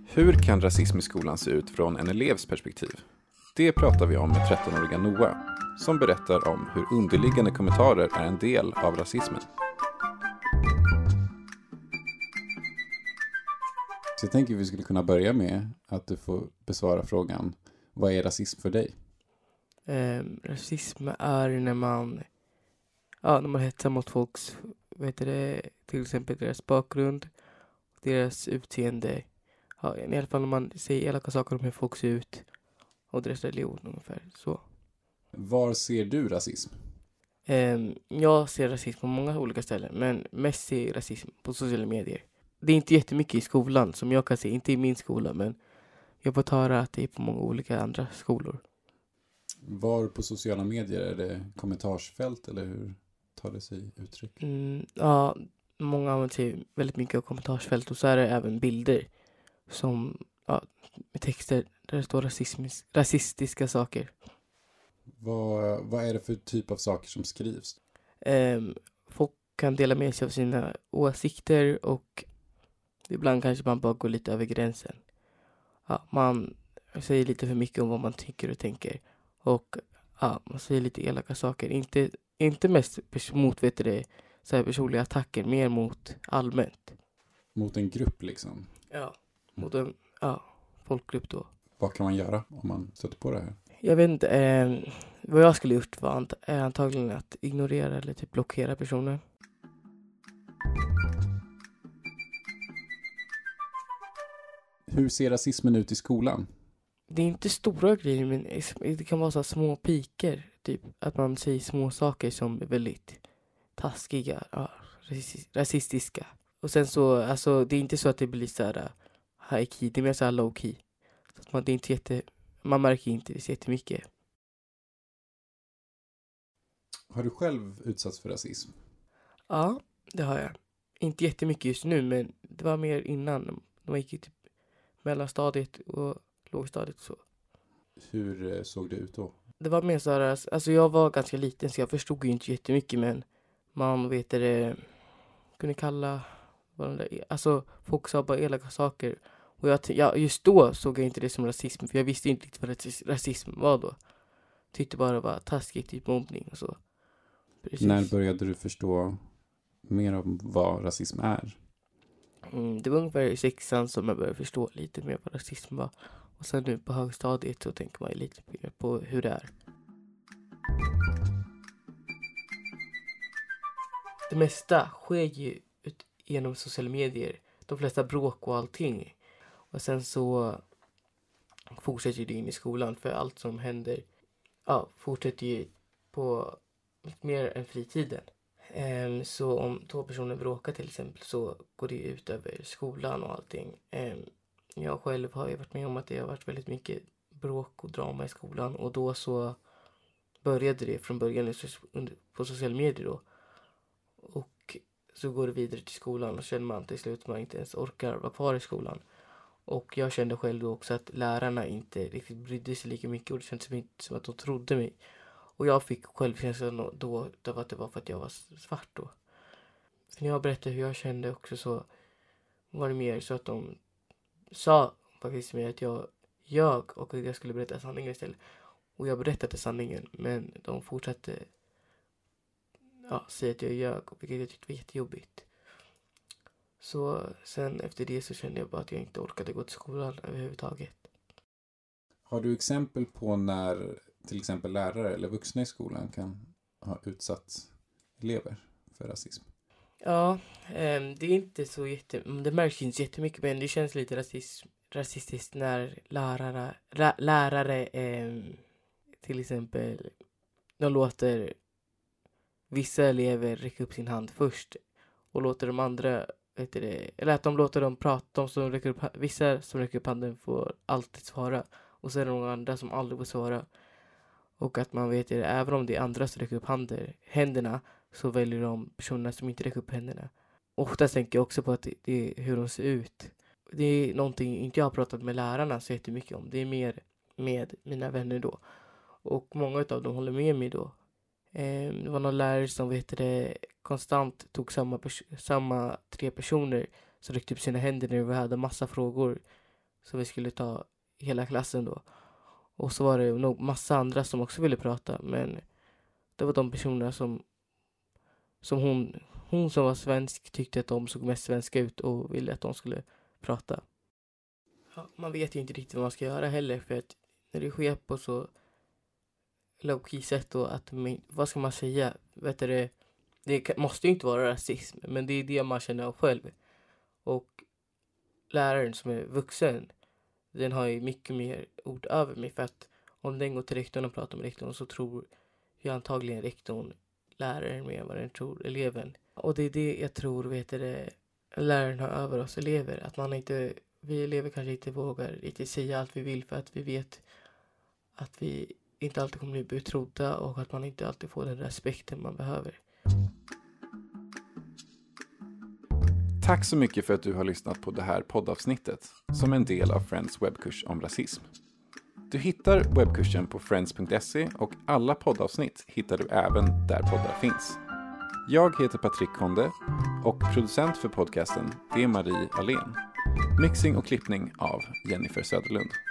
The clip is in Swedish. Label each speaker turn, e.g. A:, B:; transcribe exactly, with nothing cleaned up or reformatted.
A: Hur kan rasism i skolan se ut från en elevs perspektiv? Det pratar vi om med trettonåriga Noah, som berättar om hur underliggande kommentarer är en del av rasismen. Så jag tänker att vi skulle kunna börja med att du får besvara frågan: vad är rasism för dig?
B: Eh, rasism är när man, ja, när man hetsar mot folks, vet det, till exempel deras bakgrund, deras utseende. Ja, i alla fall när man säger elaka saker om hur folk ser ut och deras religion ungefär så.
A: Var ser du rasism?
B: Eh, jag ser rasism på många olika ställen, men mest ser jag rasism på sociala medier. Det är inte jättemycket i skolan som jag kan se, inte i min skola, men jag får höra att det är på många olika andra skolor.
A: Var på sociala medier? Är det kommentarsfält eller hur tar det sig uttryck?
B: Mm, ja, många använder sig väldigt mycket av kommentarsfält och så är det även bilder som, ja, med texter där det står rasismis, rasistiska saker.
A: Vad, vad är det för typ av saker som skrivs?
B: Um, folk kan dela med sig av sina åsikter och ibland kanske man bara går lite över gränsen. Ja, man säger lite för mycket om vad man tycker och tänker och ja, man säger lite elaka saker. Inte, inte mest pers- mot vet du, så här personliga attacker, mer mot allmänt.
A: Mot en grupp liksom?
B: Ja, mot en ja, folkgrupp då.
A: Vad kan man göra om man stöter på det här?
B: Jag vet inte, eh, vad jag skulle gjort var ant- är antagligen att ignorera eller typ blockera personer.
A: Hur ser rasismen ut i skolan?
B: Det är inte stora grejer, men det kan vara så små piker. Typ att man säger små saker som är väldigt taskiga, ja, rasis- rasistiska. Och sen så, alltså det är inte så att det blir så här high key, det är mer så här low key. Så att man, det är inte jätte, man märker inte det så jättemycket.
A: Har du själv utsatts för rasism?
B: Ja, det har jag. Inte jättemycket just nu, men det var mer innan. När man gick i typ mellanstadiet och lågstadiet så.
A: Hur såg det ut då?
B: Det var mer så här, alltså jag var ganska liten så jag förstod ju inte jättemycket, men man vet det, kunde kalla varandra, alltså folk sa bara elaka saker. Och jag, ja, just då såg jag inte det som rasism, för jag visste inte riktigt vad rasism var då. Tyckte bara det var taskigt, typ mobbning och så. Precis.
A: När började du förstå mer om vad rasism är?
B: Mm, det var ungefär i sexan som jag började förstå lite mer vad rasism var. Och sen nu på högstadiet så tänker man lite mer på hur det är. Det mesta sker ju ut genom sociala medier. De flesta bråk och allting. Och sen så fortsätter det in i skolan. För allt som händer, ja, fortsätter ju på mer än fritiden. Um, så om två personer bråkar till exempel så går det ut över skolan och allting. Um, jag själv har ju varit med om att det har varit väldigt mycket bråk och drama i skolan. Och då så började det från början på sociala medier då. Och så går det vidare till skolan och känner man till slut man inte ens orkar vara kvar i skolan. Och jag kände själv då också att lärarna inte riktigt brydde sig lika mycket och det kändes som, inte, som att de trodde mig. Och jag fick självkänslan då, då att det var för att jag var svart då. För när jag berättade hur jag kände också så var det mer så att de sa faktiskt till mig att jag ljög och att jag skulle berätta sanningen istället. Och jag berättade sanningen, men de fortsatte ja, säga att jag ljög, vilket jag tyckte var jättejobbigt. Så sen efter det så kände jag bara att jag inte orkade gå till skolan överhuvudtaget. Har
A: du exempel på när till exempel lärare eller vuxna i skolan kan ha utsatt elever för rasism?
B: Ja, eh, det är inte så jätte... Det märks inte jättemycket, men det känns lite rasism, rasistiskt när lärare, ra, lärare eh, till exempel, de låter vissa elever räcka upp sin hand först och låter de andra, vet du det, eller att de låter dem prata, de som räcker upp, vissa som räcker upp handen får alltid svara och så är det några andra som aldrig får svara. Och att man vet det, även om det är andra som räcker upp hander, händerna, så väljer de personerna som inte räcker upp händerna. Ofta tänker jag också på att det, det är hur de ser ut. Det är någonting inte jag har pratat med lärarna så jättemycket om. Det är mer med mina vänner då. Och många av dem håller med mig då. Eh, det var någon lärare som vet det, konstant tog samma, pers- samma tre personer som räckte upp sina händer när vi hade massa frågor som vi skulle ta hela klassen då. Och så var det nog massa andra som också ville prata, men det var de personerna som som hon, hon som var svensk tyckte att de såg mest svenska ut och ville att de skulle prata. Ja, man vet ju inte riktigt vad man ska göra heller, för att när det sker på så low-key sätt då, att man, vad ska man säga? Vet du, det, det måste ju inte vara rasism, men det är det man känner av själv. Och läraren som är vuxen, den har ju mycket mer ord över mig, för att om den går till rektorn och pratar med rektorn så tror ju antagligen rektorn läraren mer än vad den tror eleven. Och det är det jag tror, vet du, läraren har över oss elever. Att man inte, vi elever kanske inte vågar riktigt säga allt vi vill, för att vi vet att vi inte alltid kommer bli betrodda och att man inte alltid får den respekten man behöver.
A: Tack så mycket för att du har lyssnat på det här poddavsnittet som är en del av Friends webbkurs om rasism. Du hittar webbkursen på friends punkt se och alla poddavsnitt hittar du även där poddar finns. Jag heter Patrik Konde och producent för podcasten är Marie Alén. Mixing och klippning av Jennifer Söderlund.